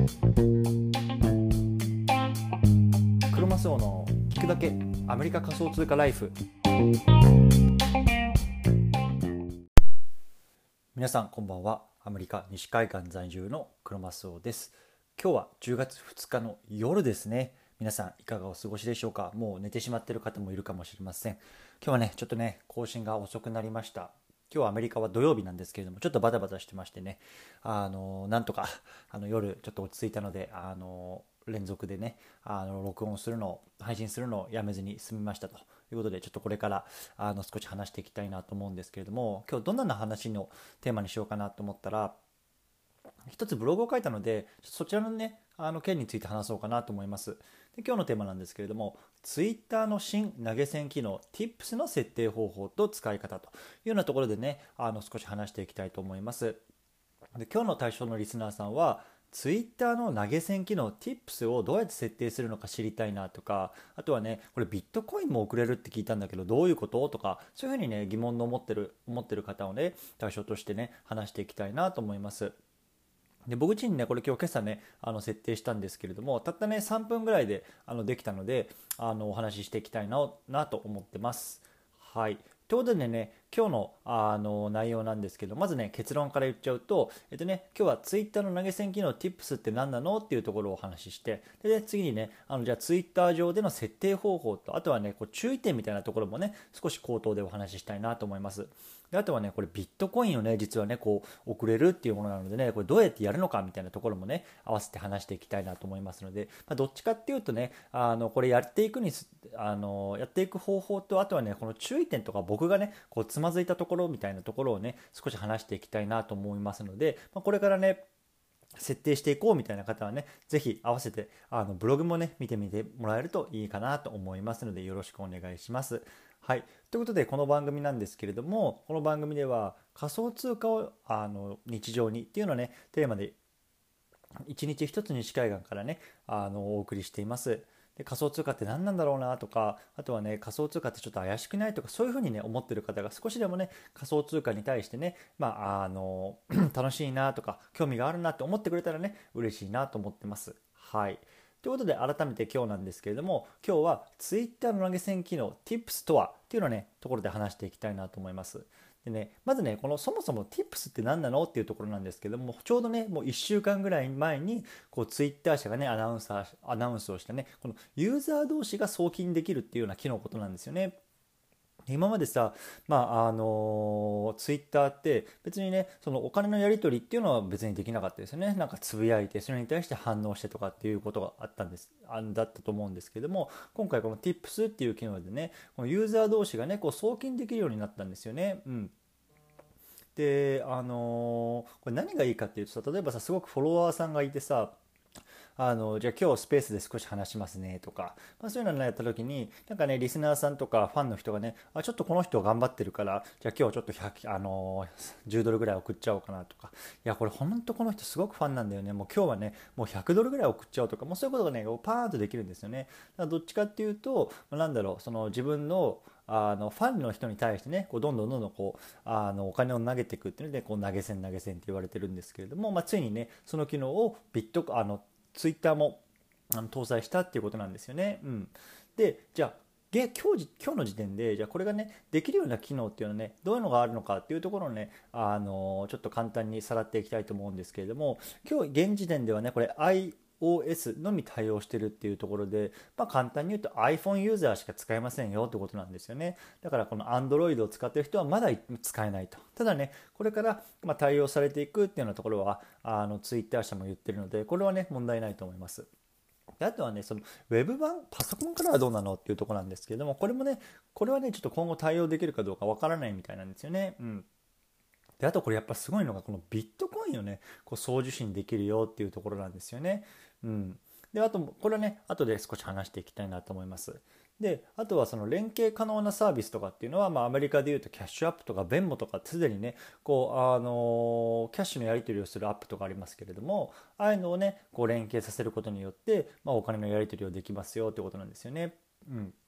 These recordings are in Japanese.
クロマスオの聞くだけアメリカ仮想通貨ライフ。皆さんこんばんは。アメリカ西海岸在住のクロマスオです。今日は10月2日の夜ですね。皆さんいかがお過ごしでしょうか。もう寝てしまっている方もいるかもしれません。今日はねちょっとね更新が遅くなりました。今日はアメリカは土曜日なんですけれども、ちょっとバタバタしてましてね、なんとか夜ちょっと落ち着いたので、連続でね録音するのを配信するのをやめずに済みましたということで、ちょっとこれから少し話していきたいなと思うんですけれども、今日どんな話のテーマにしようかなと思ったら、一つブログを書いたのでそちらのね件について話そうかなと思います。で、今日のテーマなんですけれども、Twitter の新投げ銭機能 Tips の設定方法と使い方というようなところでね少し話していきたいと思います。で、今日の対象のリスナーさんはTwitter の投げ銭機能 Tips をどうやって設定するのか知りたいなとか、あとはねこれビットコインも送れるって聞いたんだけどどういうこととか、そういうふうにね疑問の持ってる方をね対象としてね話していきたいなと思います。で、僕自身ねこれ今朝ね設定したんですけれども、たったね3分ぐらいでできたのでお話ししていきたいなと思ってます。はい。ということでね、今日の内容なんですけど、まずね結論から言っちゃうと、今日はツイッターの投げ銭機能 Tips って何なのっていうところをお話しして、で次にねじゃあツイッター上での設定方法と、あとはねこう注意点みたいなところもね少し口頭でお話ししたいなと思います。で、あとはねこれビットコインをね実はねこう送れるっていうものなのでね、これどうやってやるのかみたいなところもね合わせて話していきたいなと思いますので、どっちかっていうとねこれやっていく方法と、あとはねこの注意点とか僕がねこうつまずいたところみたいなところをね少し話していきたいなと思いますので、これからね設定していこうみたいな方はねぜひ合わせてブログもね見てみてもらえるといいかなと思いますので、よろしくお願いします。はい。ということでこの番組なんですけれども、この番組では仮想通貨を日常にっていうのをねテーマで一日一つ西海岸からねお送りしています。で、仮想通貨って何なんだろうなとか、あとはね仮想通貨ってちょっと怪しくないとか、そういうふうにね思ってる方が少しでもね仮想通貨に対してね楽しいなとか興味があるなと思ってくれたらね嬉しいなと思ってます。はい。ということで改めて今日なんですけれども、今日は Twitter の投げ銭機能 Tips とはっていうのをねところで話していきたいなと思います。でね、まずねこのそもそも Tips って何なのっていうところなんですけども、ちょうどねもう1週間ぐらい前にこう Twitter 社がねアナウンスをしたね、このユーザー同士が送金できるっていうような機能のことなんですよね。今までさ、ツイッターって別にねそのお金のやり取りっていうのは別にできなかったですよね。なんかつぶやいてそれに対して反応してとかっていうことがあっただったと思うんですけども、今回この Tips っていう機能でねこのユーザー同士がねこう送金できるようになったんですよね。うん。で、これ何がいいかっていうとさ、例えばさすごくフォロワーさんがいてさ、じゃあ今日スペースで少し話しますねとか、そういうのをやった時になんかねリスナーさんとかファンの人がね、ちょっとこの人頑張ってるからじゃあ今日ちょっと10ドルぐらい送っちゃおうかなとか、いやこれ本当この人すごくファンなんだよね、もう今日はねもう100ドルぐらい送っちゃおうとか、もうそういうことがねパーンとできるんですよね。だからどっちかっていうとなんだろう、その自分のファンの人に対してねこうどんどんこうお金を投げていくっていうのでこう投げ銭って言われてるんですけれども、ついにねその機能をツイッターも搭載したっていうことなんですよね。うん、で、じゃあ今日の時点でじゃあこれがねできるような機能っていうのはねどういうのがあるのかっていうところをねちょっと簡単にさらっていきたいと思うんですけれども、今日現時点ではねこれ iOS のみ対応してるっていうところで、簡単に言うと iPhone ユーザーしか使えませんよってことなんですよね。だからこの Android を使ってる人はまだ使えないと。ただねこれから対応されていくっていうようなところはTwitter 社も言ってるので、これはね問題ないと思います。で、あとはねそのウェブ版パソコンからはどうなのっていうところなんですけれども、これはねちょっと今後対応できるかどうかわからないみたいなんですよね。うん。で、あとこれやっぱすごいのがこのビットコインをねこう送受信できるよっていうところなんですよね。うん。で、あとこれはね後で少し話していきたいなと思います。で、あとはその連携可能なサービスとかっていうのは、アメリカでいうとキャッシュアップとかベンモとかすでにねこうキャッシュのやり取りをするアップとかありますけれども、ああいうのをねこう連携させることによって、お金のやり取りをできますよってことなんですよね。うん。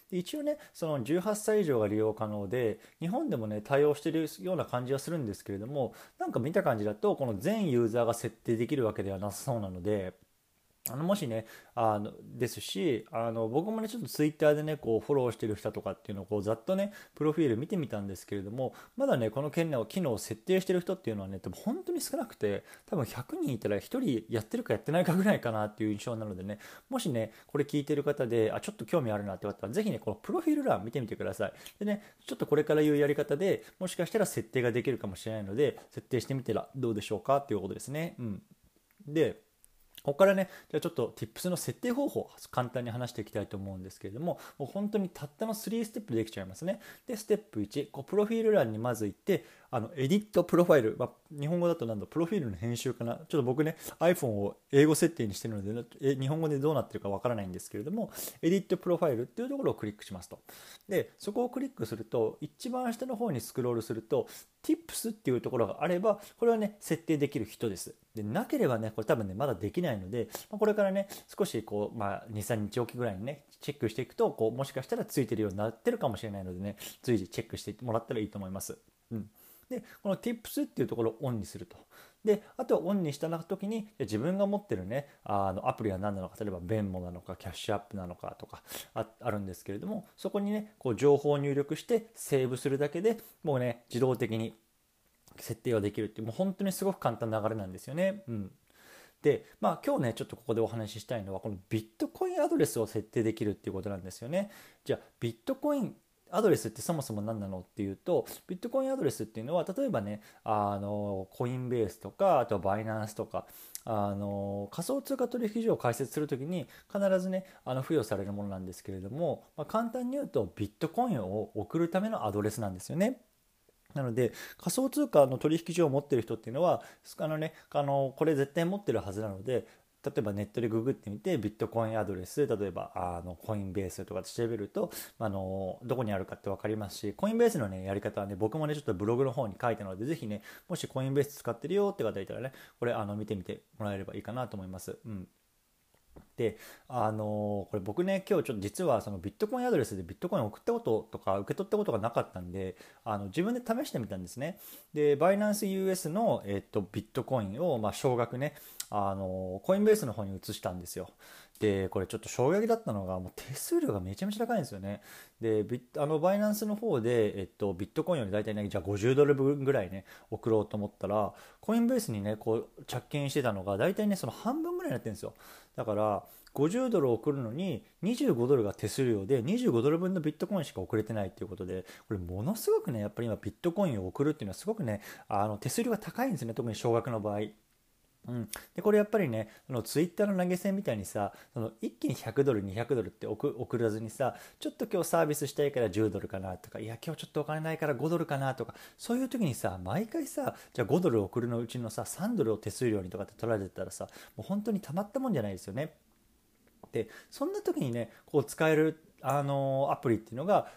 で一応ねその18歳以上が利用可能で日本でもね対応しているような感じはするんですけれども、なんか見た感じだとこの全ユーザーが設定できるわけではなさそうなので、もしねですし、僕もねちょっとツイッターでねこうフォローしてる人とかっていうのをこうざっとねプロフィール見てみたんですけれども、まだねこの機能を設定してる人っていうのはね多分本当に少なくて、多分100人いたら1人やってるかやってないかぐらいかなっていう印象なのでね、もしねこれ聞いてる方でちょっと興味あるなって方はぜひねこのプロフィール欄見てみてください。でねちょっとこれから言うやり方でもしかしたら設定ができるかもしれないので、設定してみてらどうでしょうかっていうことですね。でここからね、じゃあちょっと Tips の設定方法を簡単に話していきたいと思うんですけれども、もう本当にたったの3ステップでできちゃいますね。で、ステップ1、プロフィール欄にまず行って、エディットプロファイル、日本語だとプロフィールの編集かな。ちょっと僕ね、iPhone を英語設定にしてるので、日本語でどうなってるかわからないんですけれども、エディットプロファイルっていうところをクリックしますと。で、そこをクリックすると、一番下の方にスクロールすると、Tips っていうところがあれば、これはね、設定できる人です。で、なければね、これ多分ね、まだできないので、これからね、少し2、3日おきぐらいにね、チェックしていくと、もしかしたらついてるようになってるかもしれないのでね、随時チェックしてもらったらいいと思います。で、この Tips っていうところをオンにすると。で、あとはオンにした時に自分が持ってるね、アプリは何なのか、例えばベンモなのか、キャッシュアップなのかとかあるんですけれども、そこにね、情報を入力してセーブするだけでもうね、自動的に設定ができるっていう、もう本当にすごく簡単な流れなんですよね。で、今日ね、ちょっとここでお話ししたいのは、このビットコインアドレスを設定できるっていうことなんですよね。じゃあ、ビットコインアドレスってそもそも何なのっていうと、ビットコインアドレスっていうのは、例えばね、コインベースとか、あとはバイナンスとか、仮想通貨取引所を開設するときに必ずね、付与されるものなんですけれども、簡単に言うと、ビットコインを送るためのアドレスなんですよね。なので仮想通貨の取引所を持っている人っていうのはこれ絶対持ってるはずなので、例えばネットでググってみてビットコインアドレス、例えばコインベースとかで調べると、どこにあるかって分かりますし、コインベースのねやり方はね僕もねちょっとブログの方に書いたので、ぜひねもしコインベース使ってるよって方いたらね、これ見てみてもらえればいいかなと思います。で、これ僕ね、今日ちょっと実はそのビットコインアドレスでビットコインを送ったこととか受け取ったことがなかったんで、自分で試してみたんですね。で、バイナンス US の、ビットコインを、少額ね、コインベースの方に移したんですよ。で、これちょっと衝撃だったのが、もう手数料がめちゃめちゃ高いんですよね。で、バイナンスの方で、ビットコインより大体ね、じゃあ50ドル分ぐらいね、送ろうと思ったら、コインベースにね、着金してたのが、大体ね、その半分ぐらいになってるんですよ。だから50ドル送るのに25ドルが手数料で25ドル分のビットコインしか送れてないっていうことで、これものすごくねやっぱり今ビットコインを送るっていうのはすごくね手数料が高いんですね、特に少額の場合。でこれやっぱりねツイッターの投げ銭みたいにさ、一気に100ドル200ドルって送らずにさ、ちょっと今日サービスしたいから10ドルかなとか、いや今日ちょっとお金ないから5ドルかなとか、そういう時にさ毎回さ、じゃあ5ドル送るのうちのさ3ドルを手数料にとかって取られてたらさ、もう本当にたまったもんじゃないですよね。でそんな時にね使えるアプリっていうのが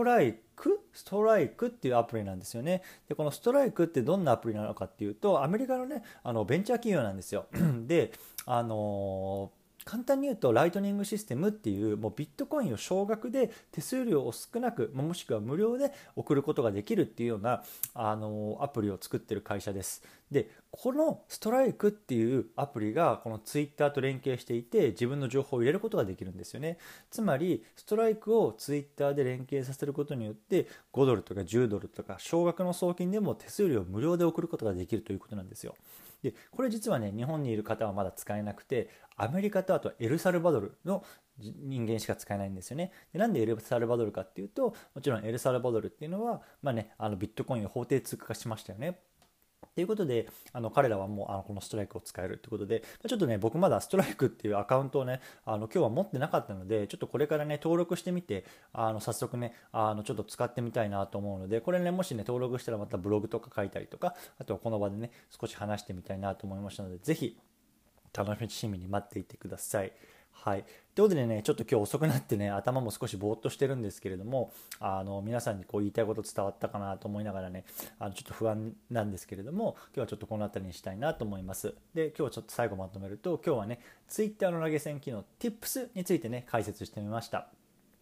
ストライクっていうアプリなんですよね。でこのストライクってどんなアプリなのかっていうと、アメリカのねベンチャー企業なんですよ。で簡単に言うとライトニングシステムっていう、もうビットコインを少額で手数料を少なく、もしくは無料で送ることができるっていうようなアプリを作ってる会社です。でこのストライクっていうアプリがこのツイッターと連携していて、自分の情報を入れることができるんですよね。つまりストライクをツイッターで連携させることによって5ドルとか10ドルとか少額の送金でも手数料を無料で送ることができるということなんですよ。でこれ実はね日本にいる方はまだ使えなくて、アメリカとあとエルサルバドルの人間しか使えないんですよね。でなんでエルサルバドルかっていうと、もちろんエルサルバドルっていうのは、ビットコインを法定通貨化しましたよね。ということで彼らはもうこのストライクを使えるということで、ちょっとね僕まだストライクっていうアカウントをね今日は持ってなかったので、ちょっとこれからね登録してみて早速ねちょっと使ってみたいなと思うので、これねもしね登録したらまたブログとか書いたりとか、あとはこの場でね少し話してみたいなと思いましたので、ぜひ楽しみに待っていてください。はい。ということでね、ちょっと今日遅くなってね、頭も少しぼーっとしてるんですけれども、皆さんに言いたいこと伝わったかなと思いながらね、ちょっと不安なんですけれども、今日はちょっとこの辺りにしたいなと思います。で、今日はちょっと最後まとめると、今日はね、Twitter の投げ銭機能 Tips についてね、解説してみました。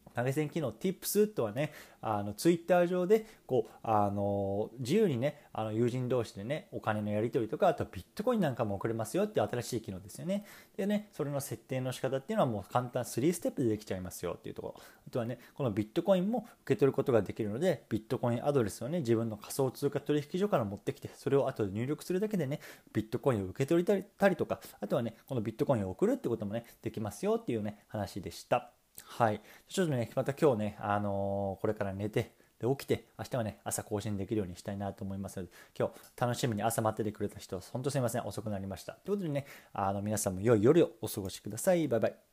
投げ銭機能 Tips とはね、ツイッター上で自由にね、友人同士でね、お金のやり取りとか、あとビットコインなんかも送れますよっていう新しい機能ですよね。でね、それの設定の仕方っていうのはもう簡単3ステップでできちゃいますよっていうところ。あとはね、このビットコインも受け取ることができるので、ビットコインアドレスをね、自分の仮想通貨取引所から持ってきて、それを後で入力するだけでね、ビットコインを受け取りたりとか、あとはね、このビットコインを送るってこともね、できますよっていうね、話でした。はい。ちょっとね、また今日ね、これから寝て、で起きて、明日はね、朝更新できるようにしたいなと思いますので、今日楽しみに朝待っててくれた人、本当すいません、遅くなりました。ということでね、皆さんも良い夜をお過ごしください。バイバイ。